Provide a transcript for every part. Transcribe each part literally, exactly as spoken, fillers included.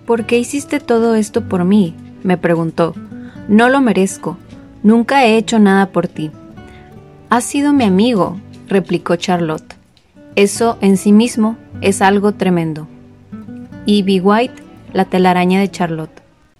¿Por qué hiciste todo esto por mí?, me preguntó. No lo merezco. Nunca he hecho nada por ti. Has sido mi amigo, replicó Charlotte. Eso en sí mismo es algo tremendo. E B. White, La telaraña de Charlotte.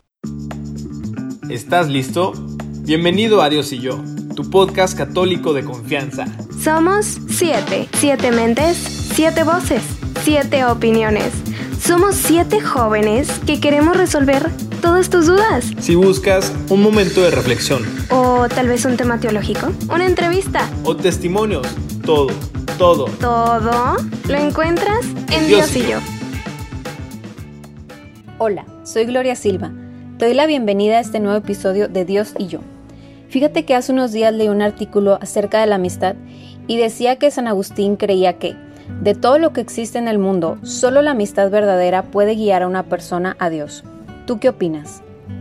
¿Estás listo? Bienvenido a Dios y yo, tu podcast católico de confianza. Somos siete, siete mentes, siete voces, siete opiniones. Somos siete jóvenes que queremos resolver todas tus dudas. Si buscas un momento de reflexión, o tal vez un tema teológico, una entrevista, o testimonios, todo, todo, todo lo encuentras en Dios, Dios y yo. Hola, soy Gloria Silva. Te doy la bienvenida a este nuevo episodio de Dios y yo. Fíjate que hace unos días leí un artículo acerca de la amistad y decía que San Agustín creía que, de todo lo que existe en el mundo, solo la amistad verdadera puede guiar a una persona a Dios. ¿Tú qué opinas?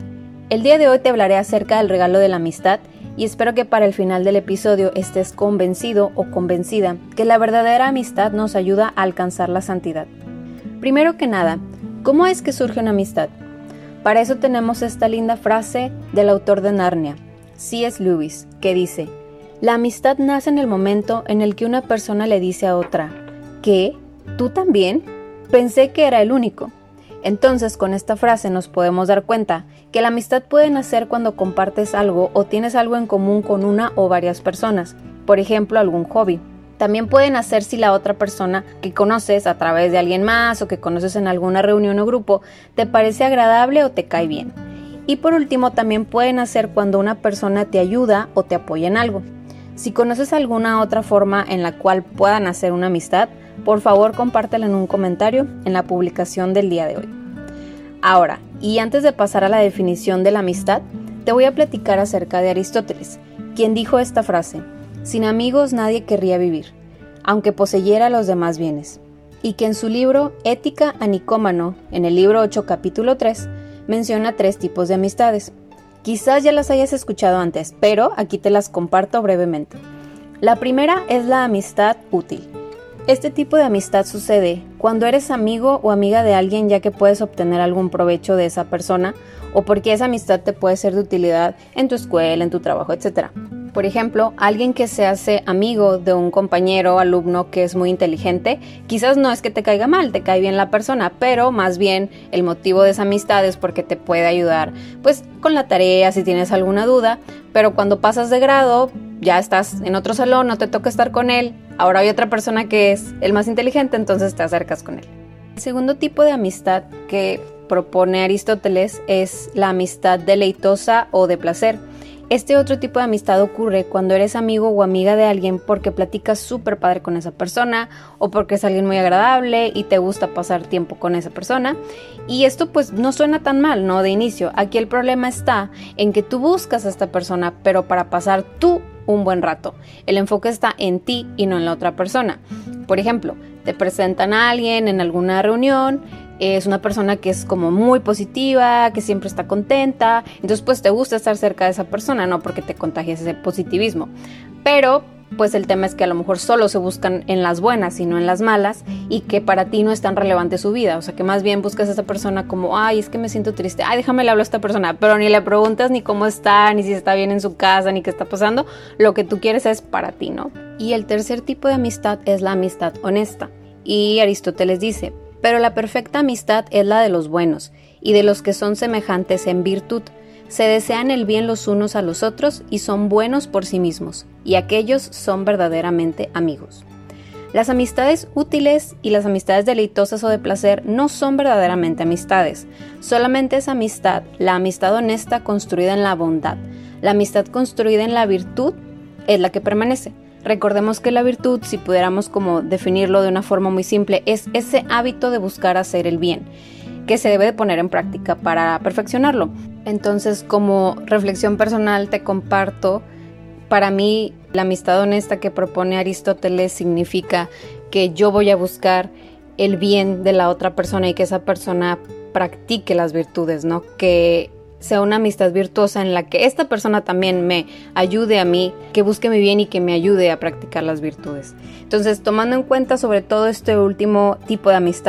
El día de hoy te hablaré acerca del regalo de la amistad y espero que para el final del episodio estés convencido o convencida que la verdadera amistad nos ayuda a alcanzar la santidad. Primero que nada, ¿cómo es que surge una amistad? Para eso tenemos esta linda frase del autor de Narnia, C S Lewis, que dice: la amistad nace en el momento en el que una persona le dice a otra: ¿qué? ¿Tú también? Pensé que era el único. Entonces, con esta frase nos podemos dar cuenta que la amistad puede nacer cuando compartes algo o tienes algo en común con una o varias personas, por ejemplo, algún hobby. También puede nacer si la otra persona que conoces a través de alguien más o que conoces en alguna reunión o grupo te parece agradable o te cae bien. Y por último, también puede nacer cuando una persona te ayuda o te apoya en algo. Si conoces alguna otra forma en la cual pueda nacer una amistad, por favor compártela en un comentario en la publicación del día de hoy. Ahora, y antes de pasar a la definición de la amistad, te voy a platicar acerca de Aristóteles, quien dijo esta frase: sin amigos nadie querría vivir, aunque poseyera los demás bienes, y que en su libro Ética a Nicómano, en el libro ocho capítulo tres, menciona tres tipos de amistades. Quizás ya las hayas escuchado antes, pero aquí te las comparto brevemente. La primera es la amistad útil. Este tipo de amistad sucede cuando eres amigo o amiga de alguien ya que puedes obtener algún provecho de esa persona o porque esa amistad te puede ser de utilidad en tu escuela, en tu trabajo, etcétera. Por ejemplo, alguien que se hace amigo de un compañero o alumno que es muy inteligente, quizás no es que te caiga mal, te cae bien la persona, pero más bien el motivo de esa amistad es porque te puede ayudar pues con la tarea si tienes alguna duda, pero cuando pasas de grado, ya estás en otro salón, no te toca estar con él, ahora hay otra persona que es el más inteligente, entonces te acercas con él. El segundo tipo de amistad que propone Aristóteles es la amistad deleitosa o de placer. Este otro tipo de amistad ocurre cuando eres amigo o amiga de alguien porque platicas súper padre con esa persona o porque es alguien muy agradable y te gusta pasar tiempo con esa persona. Y esto pues no suena tan mal, ¿no? De inicio. Aquí el problema está en que tú buscas a esta persona, pero para pasar tú un buen rato. El enfoque está en ti y no en la otra persona. Por ejemplo, te presentan a alguien en alguna reunión, es una persona que es como muy positiva, que siempre está contenta, entonces pues te gusta estar cerca de esa persona, no porque te contagies ese positivismo, pero pues el tema es que a lo mejor solo se buscan en las buenas y no en las malas y que para ti no es tan relevante su vida, o sea que más bien buscas a esa persona como, ay, es que me siento triste, ay, déjame le hablo a esta persona, pero ni le preguntas ni cómo está, ni si está bien en su casa, ni qué está pasando, lo que tú quieres es para ti, ¿no? Y el tercer tipo de amistad es la amistad honesta, y Aristóteles dice: pero la perfecta amistad es la de los buenos y de los que son semejantes en virtud. Se desean el bien los unos a los otros y son buenos por sí mismos, y aquellos son verdaderamente amigos. Las amistades útiles y las amistades deleitosas o de placer no son verdaderamente amistades. Solamente es amistad, la amistad honesta construida en la bondad. La amistad construida en la virtud es la que permanece. Recordemos que la virtud, si pudiéramos como definirlo de una forma muy simple, es ese hábito de buscar hacer el bien, que se debe de poner en práctica para perfeccionarlo. Entonces, como reflexión personal te comparto, para mí la amistad honesta que propone Aristóteles significa que yo voy a buscar el bien de la otra persona y que esa persona practique las virtudes, ¿no? Que sea una amistad virtuosa en la que esta persona también me ayude a mí, que busque mi bien y que me ayude a practicar las virtudes. Entonces, tomando en cuenta sobre todo este último tipo de amistad que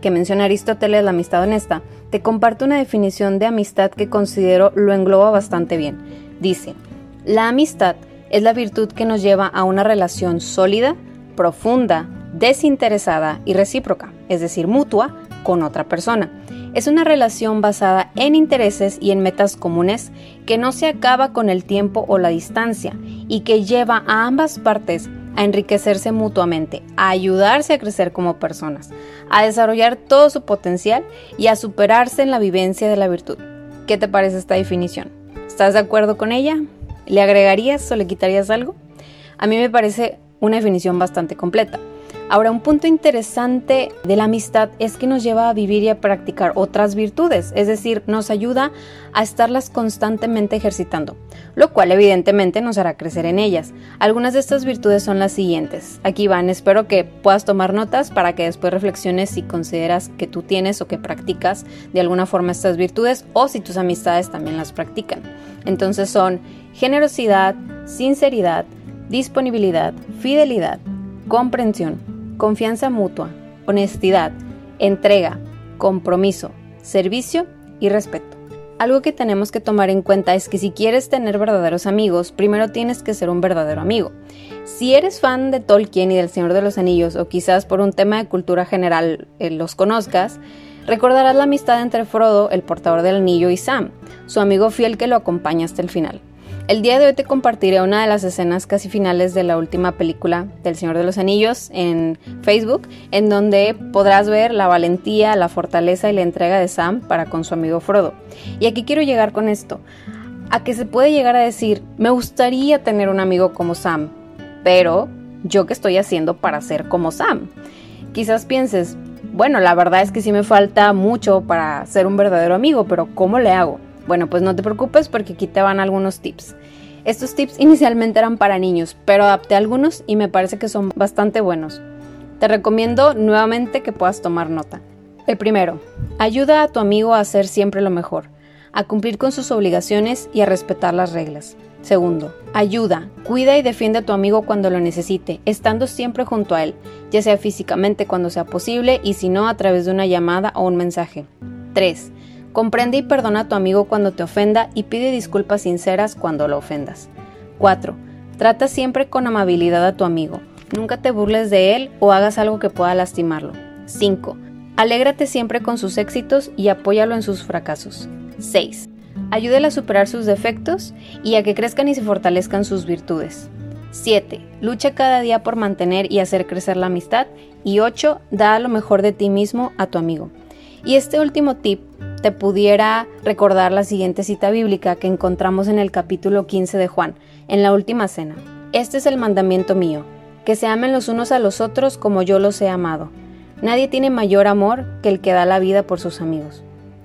que menciona Aristóteles, la amistad honesta, te comparto una definición de amistad que considero lo engloba bastante bien. Dice, la amistad es la virtud que nos lleva a una relación sólida, profunda, desinteresada y recíproca, es decir, mutua, con otra persona. Es una relación basada en intereses y en metas comunes que no se acaba con el tiempo o la distancia y que lleva a ambas partes a enriquecerse mutuamente, a ayudarse a crecer como personas, a desarrollar todo su potencial y a superarse en la vivencia de la virtud. ¿Qué te parece esta definición? ¿Estás de acuerdo con ella? ¿Le agregarías o le quitarías algo? A mí me parece una definición bastante completa. Ahora, un punto interesante de la amistad es que nos lleva a vivir y a practicar otras virtudes, es decir, nos ayuda a estarlas constantemente ejercitando, lo cual evidentemente nos hará crecer en ellas. Algunas de estas virtudes son las siguientes. Aquí van, espero que puedas tomar notas para que después reflexiones si consideras que tú tienes o que practicas de alguna forma estas virtudes o si tus amistades también las practican. Entonces son generosidad, sinceridad, disponibilidad, fidelidad, comprensión, confianza mutua, honestidad, entrega, compromiso, servicio y respeto. Algo que tenemos que tomar en cuenta es que si quieres tener verdaderos amigos, primero tienes que ser un verdadero amigo. Si eres fan de Tolkien y del Señor de los Anillos, o quizás por un tema de cultura general eh, los conozcas, recordarás la amistad entre Frodo, el portador del anillo, y Sam, su amigo fiel que lo acompaña hasta el final. El día de hoy te compartiré una de las escenas casi finales de la última película del Señor de los Anillos en Facebook, en donde podrás ver la valentía, la fortaleza y la entrega de Sam para con su amigo Frodo. Y aquí quiero llegar con esto, a que se puede llegar a decir, me gustaría tener un amigo como Sam, pero ¿yo qué estoy haciendo para ser como Sam? Quizás pienses, bueno, la verdad es que sí me falta mucho para ser un verdadero amigo, pero ¿cómo le hago? Bueno, pues no te preocupes porque aquí te van algunos tips. Estos tips inicialmente eran para niños, pero adapté algunos y me parece que son bastante buenos. Te recomiendo nuevamente que puedas tomar nota. El primero, ayuda a tu amigo a hacer siempre lo mejor, a cumplir con sus obligaciones y a respetar las reglas. Segundo, ayuda, cuida y defiende a tu amigo cuando lo necesite, estando siempre junto a él, ya sea físicamente cuando sea posible y si no a través de una llamada o un mensaje. Tres, comprende y perdona a tu amigo cuando te ofenda y pide disculpas sinceras cuando lo ofendas. cuatro. Trata siempre con amabilidad a tu amigo. Nunca te burles de él o hagas algo que pueda lastimarlo. cinco. Alégrate siempre con sus éxitos y apóyalo en sus fracasos. seis. Ayúdale a superar sus defectos y a que crezcan y se fortalezcan sus virtudes. siete. Lucha cada día por mantener y hacer crecer la amistad. Y ocho. Da lo mejor de ti mismo a tu amigo. Y este último tip te pudiera recordar la siguiente cita bíblica que encontramos en el capítulo quince de Juan, en la última cena. Este es el mandamiento mío, que se amen los unos a los otros como yo los he amado. Nadie tiene mayor amor que el que da la vida por sus amigos.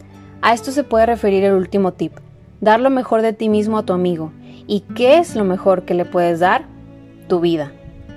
A esto se puede referir el último tip, dar lo mejor de ti mismo a tu amigo. ¿Y qué es lo mejor que le puedes dar? Tu vida.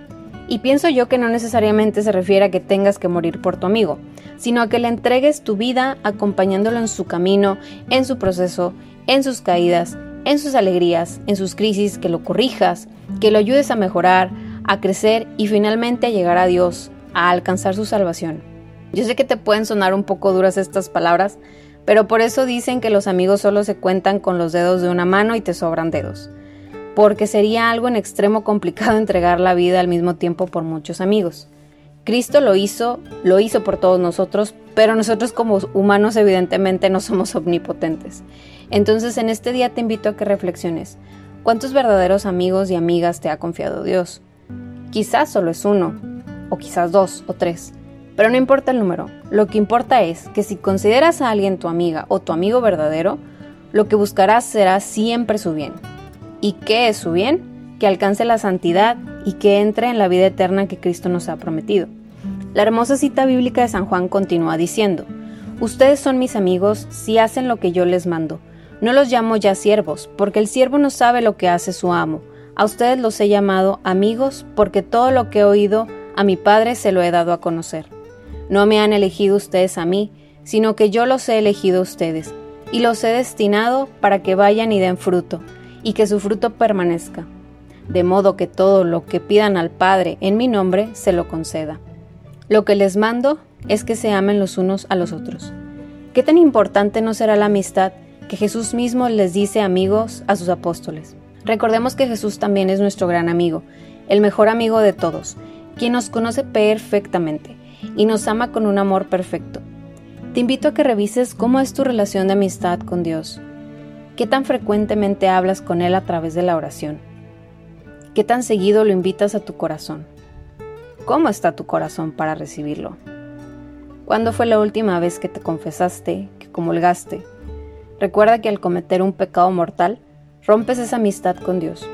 Y pienso yo que no necesariamente se refiere a que tengas que morir por tu amigo, sino a que le entregues tu vida acompañándolo en su camino, en su proceso, en sus caídas, en sus alegrías, en sus crisis, que lo corrijas, que lo ayudes a mejorar, a crecer y finalmente a llegar a Dios, a alcanzar su salvación. Yo sé que te pueden sonar un poco duras estas palabras, pero por eso dicen que los amigos solo se cuentan con los dedos de una mano y te sobran dedos. Porque sería algo en extremo complicado entregar la vida al mismo tiempo por muchos amigos. Cristo lo hizo, lo hizo por todos nosotros, pero nosotros como humanos evidentemente no somos omnipotentes. Entonces en este día te invito a que reflexiones. ¿Cuántos verdaderos amigos y amigas te ha confiado Dios? Quizás solo es uno, o quizás dos o tres, pero no importa el número. Lo que importa es que si consideras a alguien tu amiga o tu amigo verdadero, lo que buscarás será siempre su bien. ¿Y qué es su bien? Que alcance la santidad y que entre en la vida eterna que Cristo nos ha prometido. La hermosa cita bíblica de San Juan continúa diciendo: ustedes son mis amigos si hacen lo que yo les mando. No los llamo ya siervos, porque el siervo no sabe lo que hace su amo. A ustedes los he llamado amigos, porque todo lo que he oído a mi Padre se lo he dado a conocer. No me han elegido ustedes a mí, sino que yo los he elegido a ustedes, y los he destinado para que vayan y den fruto, y que su fruto permanezca, de modo que todo lo que pidan al Padre en mi nombre se lo conceda. Lo que les mando, es que se amen los unos a los otros. ¿Qué tan importante no será la amistad que Jesús mismo les dice amigos a sus apóstoles? Recordemos que Jesús también es nuestro gran amigo, el mejor amigo de todos, quien nos conoce perfectamente y nos ama con un amor perfecto. Te invito a que revises cómo es tu relación de amistad con Dios. ¿Qué tan frecuentemente hablas con Él a través de la oración? ¿Qué tan seguido lo invitas a tu corazón? ¿Cómo está tu corazón para recibirlo? ¿Cuándo fue la última vez que te confesaste, que comulgaste? Recuerda que al cometer un pecado mortal, rompes esa amistad con Dios.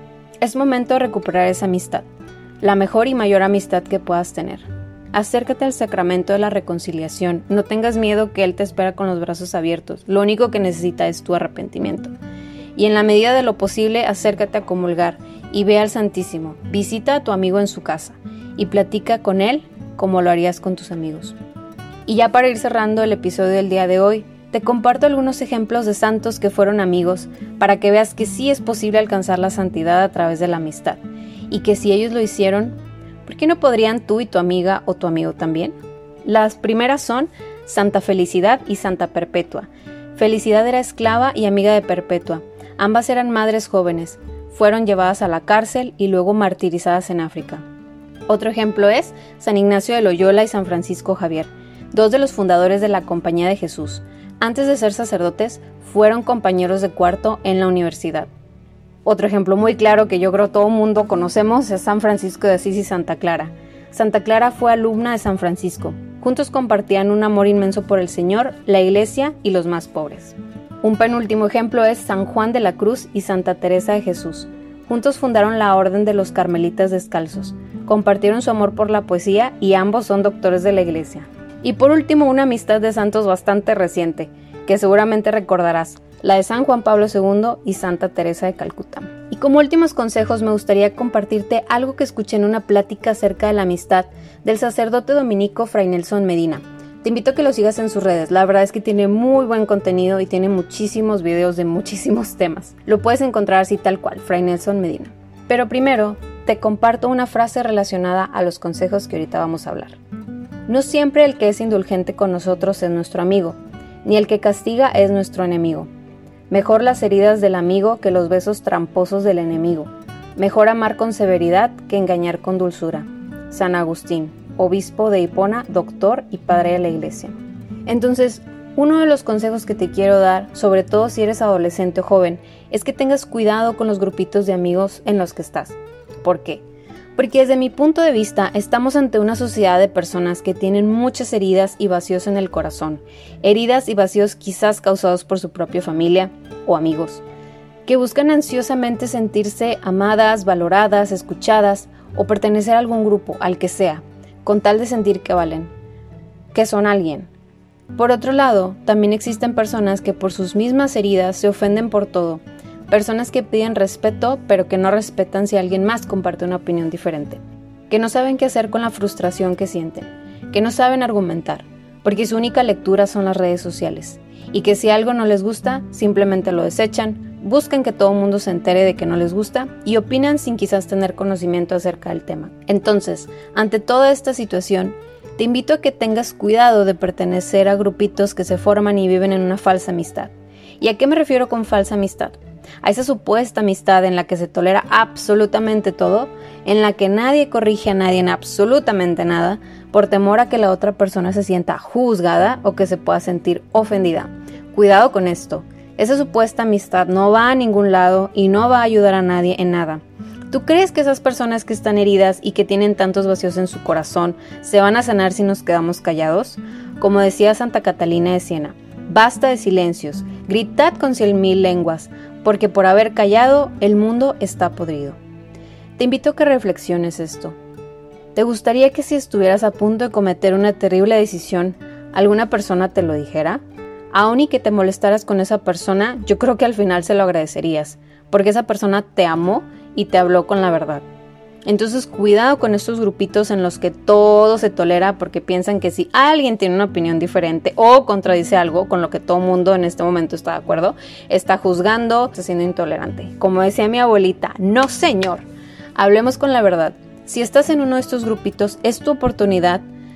Es momento de recuperar esa amistad, la mejor y mayor amistad que puedas tener. Acércate al sacramento de la reconciliación, no tengas miedo que Él te espera con los brazos abiertos, lo único que necesita es tu arrepentimiento. Y en la medida de lo posible, acércate a comulgar y ve al Santísimo, visita a tu amigo en su casa y platica con él como lo harías con tus amigos. Y ya para ir cerrando el episodio del día de hoy, te comparto algunos ejemplos de santos que fueron amigos para que veas que sí es posible alcanzar la santidad a través de la amistad y que si ellos lo hicieron, ¿por qué no podrían tú y tu amiga o tu amigo también? Las primeras son Santa Felicidad y Santa Perpetua. Felicidad era esclava y amiga de Perpetua. Ambas eran madres jóvenes. Fueron llevadas a la cárcel y luego martirizadas en África. Otro ejemplo es San Ignacio de Loyola y San Francisco Javier, dos de los fundadores de la Compañía de Jesús. Antes de ser sacerdotes, fueron compañeros de cuarto en la universidad. Otro ejemplo muy claro que yo creo todo el mundo conocemos es San Francisco de Asís y Santa Clara. Santa Clara fue alumna de San Francisco. Juntos compartían un amor inmenso por el Señor, la Iglesia y los más pobres. Un penúltimo ejemplo es San Juan de la Cruz y Santa Teresa de Jesús. Juntos fundaron la Orden de los Carmelitas Descalzos. Compartieron su amor por la poesía y ambos son doctores de la Iglesia. Y por último, una amistad de santos bastante reciente, que seguramente recordarás, la de San Juan Pablo segundo y Santa Teresa de Calcuta. Y como últimos consejos me gustaría compartirte algo que escuché en una plática acerca de la amistad del sacerdote dominico Fray Nelson Medina. Te invito a que lo sigas en sus redes, la verdad es que tiene muy buen contenido y tiene muchísimos videos de muchísimos temas. Lo puedes encontrar así tal cual, Fray Nelson Medina. Pero primero, te comparto una frase relacionada a los consejos que ahorita vamos a hablar. No siempre el que es indulgente con nosotros es nuestro amigo, ni el que castiga es nuestro enemigo. Mejor las heridas del amigo que los besos tramposos del enemigo. Mejor amar con severidad que engañar con dulzura. San Agustín, obispo de Hipona, doctor y padre de la Iglesia. Entonces, uno de los consejos que te quiero dar, sobre todo si eres adolescente o joven, es que tengas cuidado con los grupitos de amigos en los que estás. ¿Por qué? Porque desde mi punto de vista estamos ante una sociedad de personas que tienen muchas heridas y vacíos en el corazón, heridas y vacíos quizás causados por su propia familia o amigos, que buscan ansiosamente sentirse amadas, valoradas, escuchadas o pertenecer a algún grupo, al que sea, con tal de sentir que valen, que son alguien. Por otro lado, también existen personas que por sus mismas heridas se ofenden por todo, personas que piden respeto pero que no respetan si alguien más comparte una opinión diferente, que no saben qué hacer con la frustración que sienten, que no saben argumentar, porque su única lectura son las redes sociales, y que si algo no les gusta, simplemente lo desechan, buscan que todo el mundo se entere de que no les gusta y opinan sin quizás tener conocimiento acerca del tema. Entonces, ante toda esta situación, te invito a que tengas cuidado de pertenecer a grupitos que se forman y viven en una falsa amistad. ¿Y a qué me refiero con falsa amistad? A esa supuesta amistad en la que se tolera absolutamente todo, en la que nadie corrige a nadie en absolutamente nada, por temor a que la otra persona se sienta juzgada o que se pueda sentir ofendida. Cuidado con esto. Esa supuesta amistad no va a ningún lado y no va a ayudar a nadie en nada. ¿Tú crees que esas personas que están heridas y que tienen tantos vacíos en su corazón se van a sanar si nos quedamos callados? Como decía Santa Catalina de Siena, basta de silencios, gritad con cien mil lenguas, porque por haber callado el mundo está podrido. Te invito a que reflexiones esto. ¿Te gustaría que si estuvieras a punto de cometer una terrible decisión, alguna persona te lo dijera? Aún y que te molestaras con esa persona, yo creo que al final se lo agradecerías, porque esa persona te amó y te habló con la verdad. Entonces cuidado con estos grupitos en los que todo se tolera porque piensan que si alguien tiene una opinión diferente o contradice algo con lo que todo mundo en este momento está de acuerdo, está juzgando, está siendo intolerante. Como decía mi abuelita, no señor, hablemos con la verdad. Si estás en uno de estos grupitos, es tu oportunidad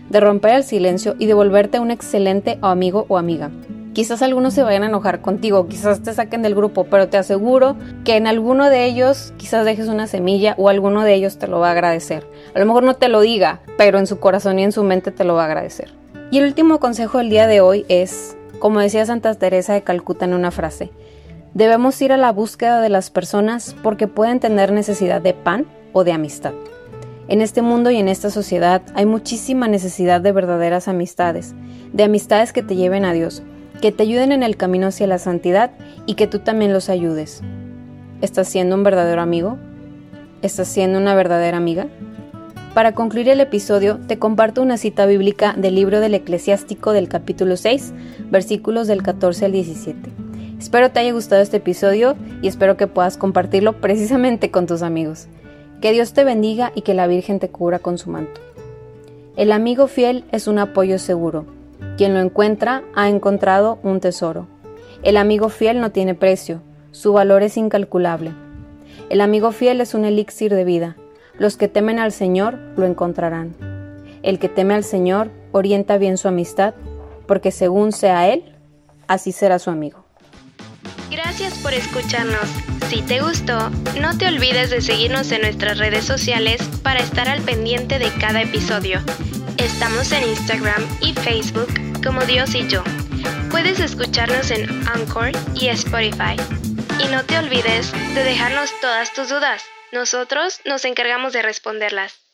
de romper el silencio y de volverte un excelente amigo o amiga. Quizás algunos se vayan a enojar contigo, quizás te saquen del grupo, pero te aseguro que en alguno de ellos quizás dejes una semilla o alguno de ellos te lo va a agradecer. A lo mejor no te lo diga, pero en su corazón y en su mente te lo va a agradecer. Y el último consejo del día de hoy es, como decía Santa Teresa de Calcuta en una frase, debemos ir a la búsqueda de las personas porque pueden tener necesidad de pan o de amistad. En este mundo y en esta sociedad hay muchísima necesidad de verdaderas amistades, de amistades que te lleven a Dios, que te ayuden en el camino hacia la santidad y que tú también los ayudes. ¿Estás siendo un verdadero amigo? ¿Estás siendo una verdadera amiga? Para concluir el episodio, te comparto una cita bíblica del libro del Eclesiástico del capítulo seis, versículos del catorce al diecisiete. Espero te haya gustado este episodio y espero que puedas compartirlo precisamente con tus amigos. Que Dios te bendiga y que la Virgen te cubra con su manto. El amigo fiel es un apoyo seguro. Quien lo encuentra ha encontrado un tesoro. El amigo fiel no tiene precio, su valor es incalculable. El amigo fiel es un elixir de vida. Los que temen al Señor lo encontrarán. El que teme al Señor orienta bien su amistad, porque según sea Él, así será su amigo. Gracias por escucharnos. Si te gustó, no te olvides de seguirnos en nuestras redes sociales para estar al pendiente de cada episodio. Estamos en Instagram y Facebook como Dios y Yo. Puedes escucharnos en Anchor y Spotify. Y no te olvides de dejarnos todas tus dudas. Nosotros nos encargamos de responderlas.